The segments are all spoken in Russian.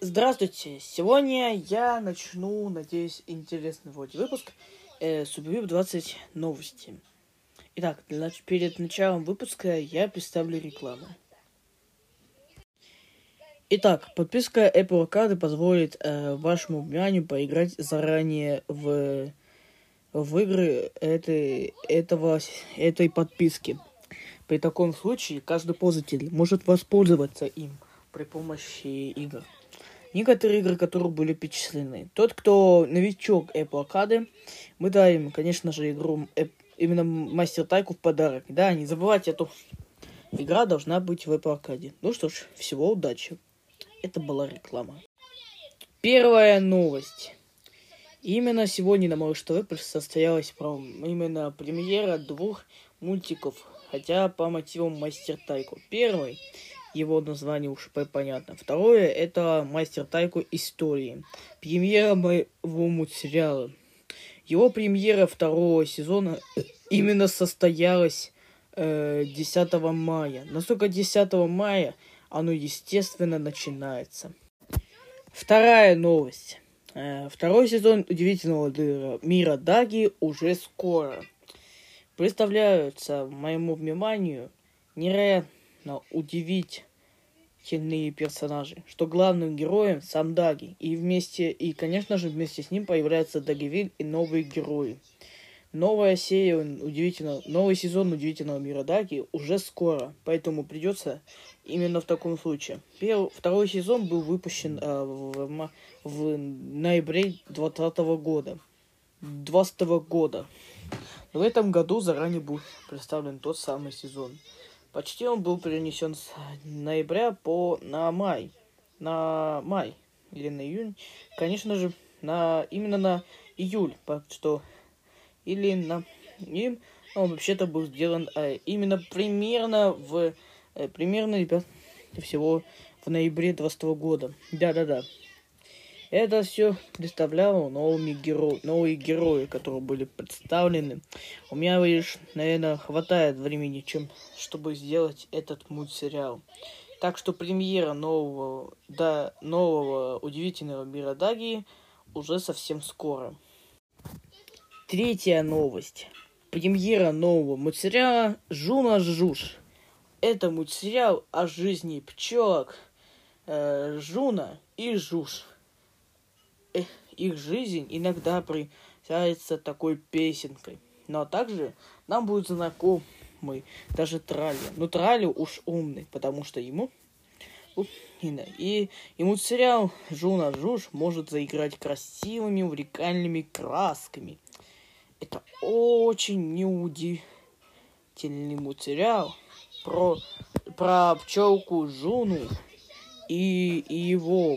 Здравствуйте! Сегодня я начну, надеюсь, интересный выпуск Субвип 20 новости. Итак, перед началом выпуска я представлю рекламу. Итак, подписка Apple Arcade позволит вашему вниманию поиграть заранее в игры этой подписки. При таком случае каждый пользователь может воспользоваться им при помощи игр. Некоторые игры, которые были перечислены. Тот, кто новичок Apple Arcade, мы даем, конечно же, игру именно Мастер Тайку в подарок. Да, не забывайте, эту игра должна быть в Apple Arcade. Ну что ж, всего удачи. Это была реклама. Первая новость. Именно сегодня на Малыш ТВ состоялась именно премьера 2 мультиков, хотя по мотивам Мастер Тайку. Первый, его название уж понятно. Второе, это Мастер Тайку Истории. Премьера моего мультсериала. Его премьера 2-го сезона именно состоялась 10 мая. Настолько 10 мая оно, естественно, начинается. Вторая новость. 2-й сезон Удивительного мира Даги уже скоро. Представляются моему вниманию невероятно удивительные персонажи, что главным героем сам Даги, конечно же, вместе с ним появляются Дагивиль и новые герои. Новый сезон Удивительного мира Даги уже скоро, поэтому придется именно в таком случае. 2-й сезон был выпущен в ноябре 2020 года. Но в этом году заранее был представлен тот самый сезон. Почти он был перенесен с ноября на май или на июнь. Конечно же, именно на июль, он вообще-то был сделан именно примерно, ребят, всего в ноябре 2020 года. Да. Это все представляло новые герои, которые были представлены. У меня лишь, наверное, хватает времени, чтобы сделать этот мультсериал. Так что премьера нового Удивительного мира Даги уже совсем скоро. Третья новость. Премьера нового мультсериала Жуна Жуж. Это мультсериал о жизни пчелок Жуна и Жуж. Их жизнь иногда представляется такой песенкой. Но также нам будет знакомый даже Тралли. Но Тралли уж умный, потому что ему мультсериал Жуна Жуж может заиграть красивыми увлекательными красками. Это очень неудивительный мультсериал про пчелку Жуну и его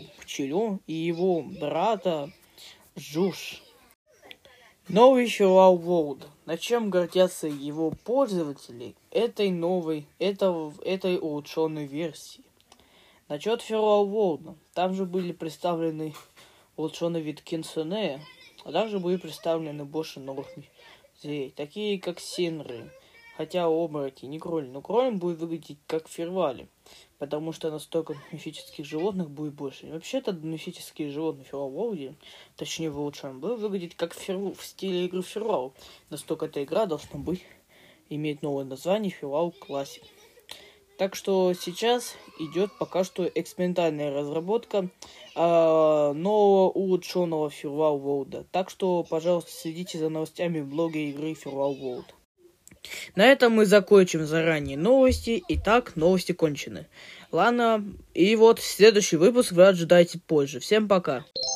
брата Жуж. Новый Филал Ворлд. На чем гордятся его пользователи этой улучшенной версии? Насчет Филал Ворлда. Там же были представлены улучшенный вид Кинсунея, а также были представлены больше новых зверей, такие как Синры, хотя оборотни не кролик, но кролик будет выглядеть как Фервали, потому что настолько мифических животных будет больше. И вообще-то мифические животные в Филал Ворлде, точнее в улучшенном, будут выглядеть как в стиле игры Фервал. Настолько эта игра должна иметь новое название Филал Классик. Так что сейчас идет пока что экспериментальная разработка нового улучшенного Филал Ворлда. Так что, пожалуйста, следите за новостями в блоге игры Филал Ворлд. На этом мы закончим заранее новости. Итак, новости кончены. Ладно, и вот следующий выпуск вы ожидаете позже. Всем пока.